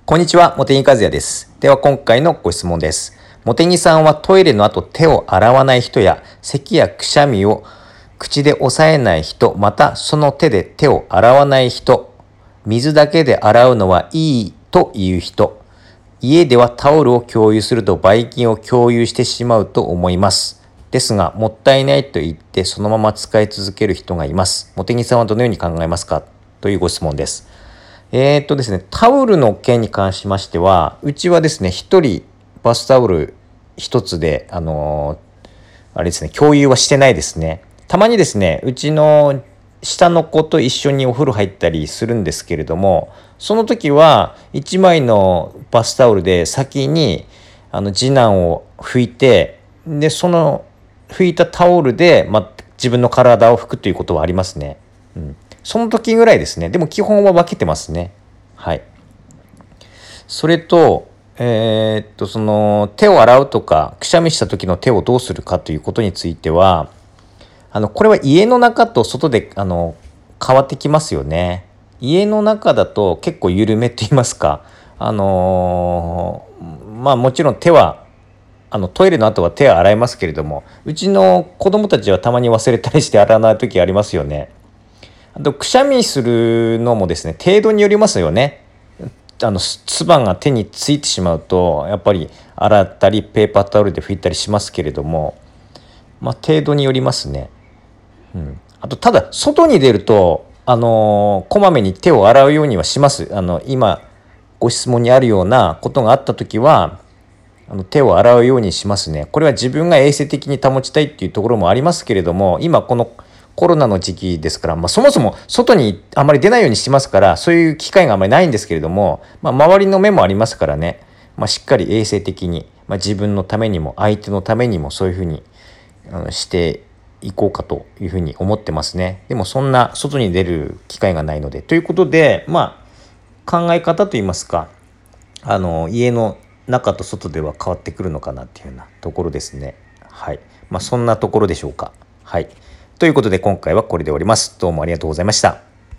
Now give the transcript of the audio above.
こんにちは、茂木和也です。では今回のご質問です。茂木さんはトイレの後手を洗わない人や咳やくしゃみを口で押さえない人、またその手で手を洗わない人、水だけで洗うのはいいという人、家ではタオルを共有するとばい菌を共有してしまうと思います。ですが、もったいないと言ってそのまま使い続ける人がいます。茂木さんはどのように考えますかというご質問です。ですね、タオルの件に関しましては、うちはですね、一人バスタオル一つで、あれですね、共有はしてないですね。たまにですね、うちの下の子と一緒にお風呂入ったりするんですけれども、その時は一枚のバスタオルで先に次男を拭いて、で、その拭いたタオルで、自分の体を拭くということはありますね。その時ぐらいですね。でも基本は分けてますね。はい。それと、その手を洗うとかくしゃみした時の手をどうするかということについては、これは家の中と外で変わってきますよね。家の中だと結構緩めと言いますか、もちろん手はトイレの後は手を洗いますけれども、うちの子供たちはたまに忘れたりして洗わない時ありますよね。あとくしゃみするのもですね、程度によりますよね。唾が手についてしまうとやっぱり洗ったりペーパータオルで拭いたりしますけれども、程度によりますね。あとただ外に出るとこまめに手を洗うようにはします。今ご質問にあるようなことがあった時は手を洗うようにしますね。これは自分が衛生的に保ちたいっていうところもありますけれども、今このコロナの時期ですから、そもそも外にあまり出ないようにしてますから、そういう機会があまりないんですけれども、周りの目もありますからね、しっかり衛生的に、自分のためにも相手のためにもそういうふうにしていこうかというふうに思ってますね。でもそんな外に出る機会がないので、ということで、考え方といいますか、家の中と外では変わってくるのかなっていうようなところですね。はい。そんなところでしょうか。はい。ということで今回はこれで終わります。どうもありがとうございました。